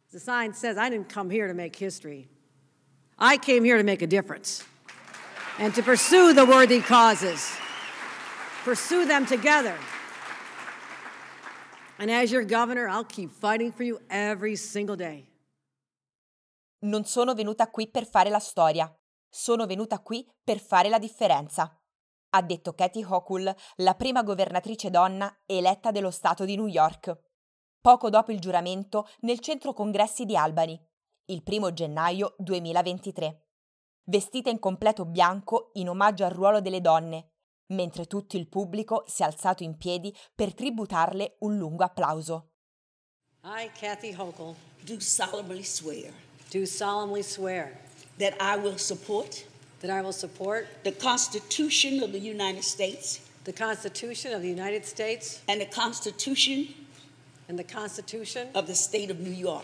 The sign says, I didn't come here to make history. I came here to make a difference and to pursue the worthy causes. Pursue them together. And as your governor, I'll keep fighting for you every single day. Non sono venuta qui per fare la storia. Sono venuta qui per fare la differenza, ha detto Kathy Hochul, la prima governatrice donna eletta dello Stato di New York, poco dopo il giuramento nel centro congressi di Albany, il 1 gennaio 2023, vestita in completo bianco in omaggio al ruolo delle donne, mentre tutto il pubblico si è alzato in piedi per tributarle un lungo applauso. I, Kathy Hochul, do solemnly swear that I will support the Constitution of the United States Constitution of the United States and the Constitution of the State of New York.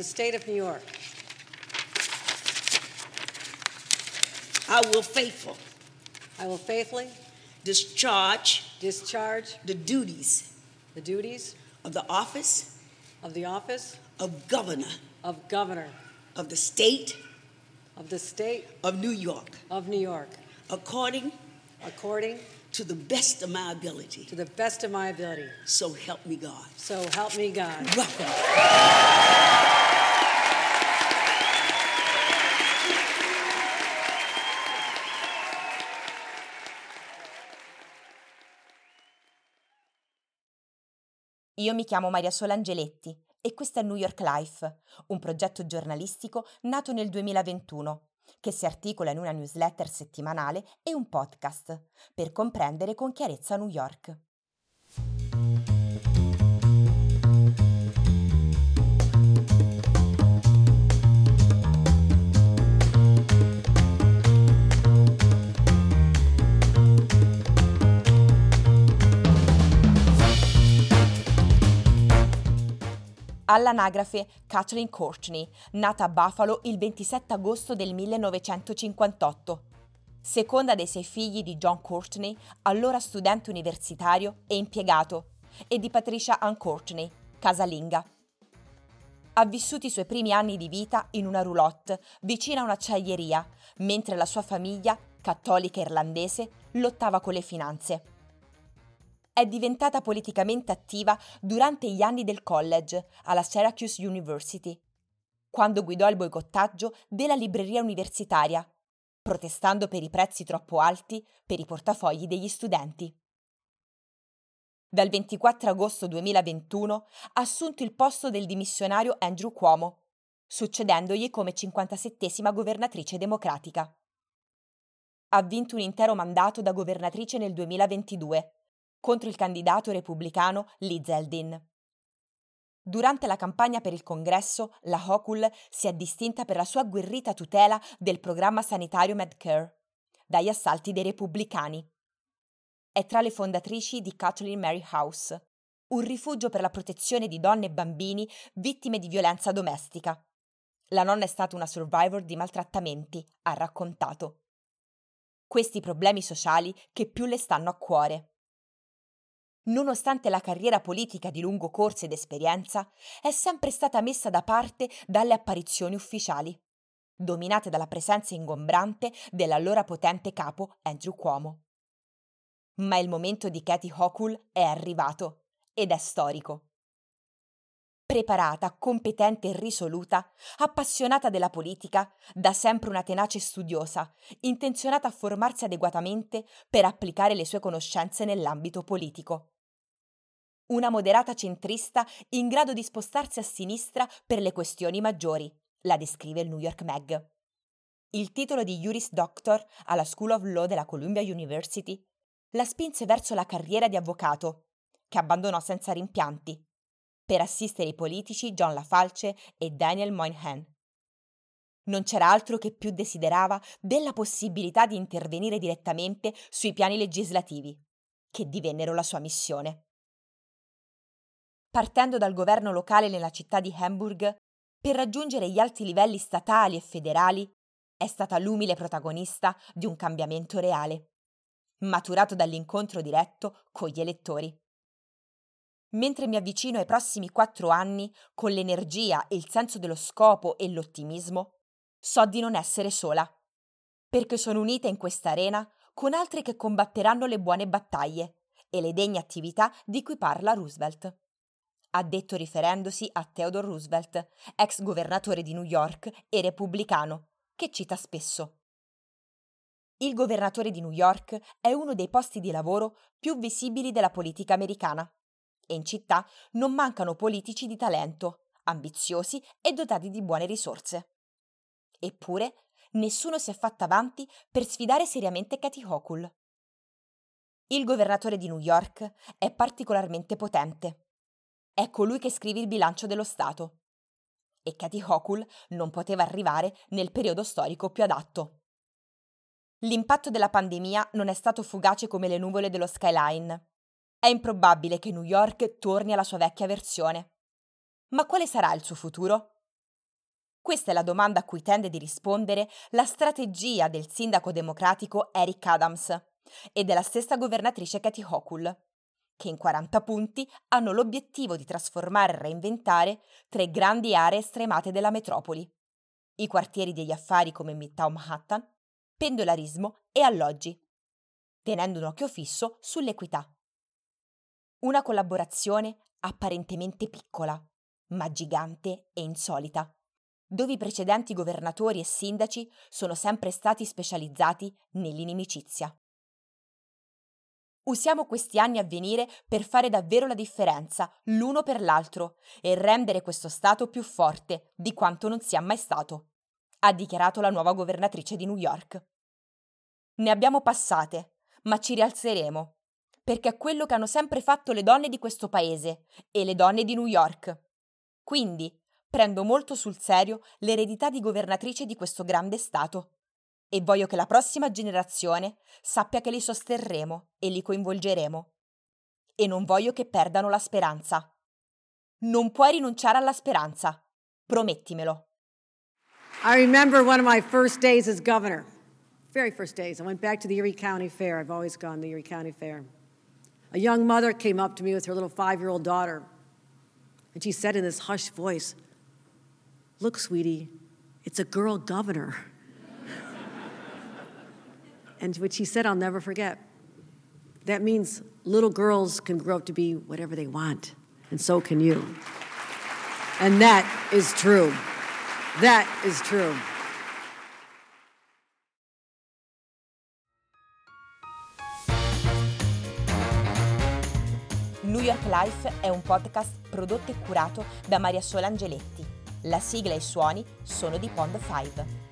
I will faithfully discharge the duties of the office of Governor of the State of New York, according to the best of my ability. So help me God. Welcome. Io mi chiamo Maria Sola Angeletti e questo è New York Life, un progetto giornalistico nato nel 2021, che si articola in una newsletter settimanale e un podcast, per comprendere con chiarezza New York. All'anagrafe Kathleen Courtney, nata a Buffalo il 27 agosto del 1958, seconda dei 6 figli di John Courtney, allora studente universitario e impiegato, e di Patricia Ann Courtney, casalinga. Ha vissuto i suoi primi anni di vita in una roulotte vicino a un'acciaieria, mentre la sua famiglia, cattolica irlandese, lottava con le finanze. È diventata politicamente attiva durante gli anni del college alla Syracuse University, quando guidò il boicottaggio della libreria universitaria, protestando per i prezzi troppo alti per i portafogli degli studenti. Dal 24 agosto 2021 ha assunto il posto del dimissionario Andrew Cuomo, succedendogli come 57esima governatrice democratica. Ha vinto un intero mandato da governatrice nel 2022, contro il candidato repubblicano Lee Zeldin. Durante la campagna per il congresso, la Hochul si è distinta per la sua agguerrita tutela del programma sanitario Medicare dagli assalti dei repubblicani. È tra le fondatrici di Kathleen Mary House, un rifugio per la protezione di donne e bambini vittime di violenza domestica. La nonna è stata una survivor di maltrattamenti, ha raccontato. Questi problemi sociali che più le stanno a cuore. Nonostante la carriera politica di lungo corso ed esperienza, è sempre stata messa da parte dalle apparizioni ufficiali, dominate dalla presenza ingombrante dell'allora potente capo Andrew Cuomo. Ma il momento di Kathy Hochul è arrivato ed è storico. Preparata, competente e risoluta, appassionata della politica, da sempre una tenace studiosa, intenzionata a formarsi adeguatamente per applicare le sue conoscenze nell'ambito politico. Una moderata centrista in grado di spostarsi a sinistra per le questioni maggiori, la descrive il New York Mag. Il titolo di Juris Doctor alla School of Law della Columbia University la spinse verso la carriera di avvocato, che abbandonò senza rimpianti, per assistere i politici John LaFalce e Daniel Moynihan. Non c'era altro che più desiderava della possibilità di intervenire direttamente sui piani legislativi, che divennero la sua missione. Partendo dal governo locale nella città di Hamburg, per raggiungere gli alti livelli statali e federali, è stata l'umile protagonista di un cambiamento reale, maturato dall'incontro diretto con gli elettori. Mentre mi avvicino ai prossimi 4 anni con l'energia, il senso dello scopo e l'ottimismo, so di non essere sola, perché sono unita in questa arena con altri che combatteranno le buone battaglie e le degne attività di cui parla Roosevelt. Ha detto riferendosi a Theodore Roosevelt, ex governatore di New York e repubblicano, che cita spesso. Il governatore di New York è uno dei posti di lavoro più visibili della politica americana e in città non mancano politici di talento, ambiziosi e dotati di buone risorse. Eppure, nessuno si è fatto avanti per sfidare seriamente Kathy Hochul. Il governatore di New York è particolarmente potente. È colui che scrive il bilancio dello Stato. E Kathy Hochul non poteva arrivare nel periodo storico più adatto. L'impatto della pandemia non è stato fugace come le nuvole dello skyline. È improbabile che New York torni alla sua vecchia versione. Ma quale sarà il suo futuro? Questa è la domanda a cui tende di rispondere la strategia del sindaco democratico Eric Adams e della stessa governatrice Kathy Hochul, che in 40 punti hanno l'obiettivo di trasformare e reinventare 3 grandi aree stremate della metropoli: i quartieri degli affari come Midtown Manhattan, pendolarismo e alloggi, tenendo un occhio fisso sull'equità. Una collaborazione apparentemente piccola, ma gigante e insolita, dove i precedenti governatori e sindaci sono sempre stati specializzati nell'inimicizia. Usiamo questi anni a venire per fare davvero la differenza l'uno per l'altro e rendere questo Stato più forte di quanto non sia mai stato, ha dichiarato la nuova governatrice di New York. Ne abbiamo passate, ma ci rialzeremo, perché è quello che hanno sempre fatto le donne di questo paese e le donne di New York. Quindi prendo molto sul serio l'eredità di governatrice di questo grande Stato e voglio che la prossima generazione sappia che li sosterremo e li coinvolgeremo. E non voglio che perdano la speranza. Non puoi rinunciare alla speranza. Promettimelo. I remember one of my first days as governor. Very first days. I went back to the Erie County Fair. I've always gone to the Erie County Fair. A young mother came up to me with her little 5-year-old daughter, and she said in this hushed voice, "Look, sweetie, it's a girl governor." And what she said, I'll never forget. That means little girls can grow up to be whatever they want, and so can you. And that is true. That is true. New York Life è un podcast prodotto e curato da Maria Sola Angeletti. La sigla e i suoni sono di Pond 5.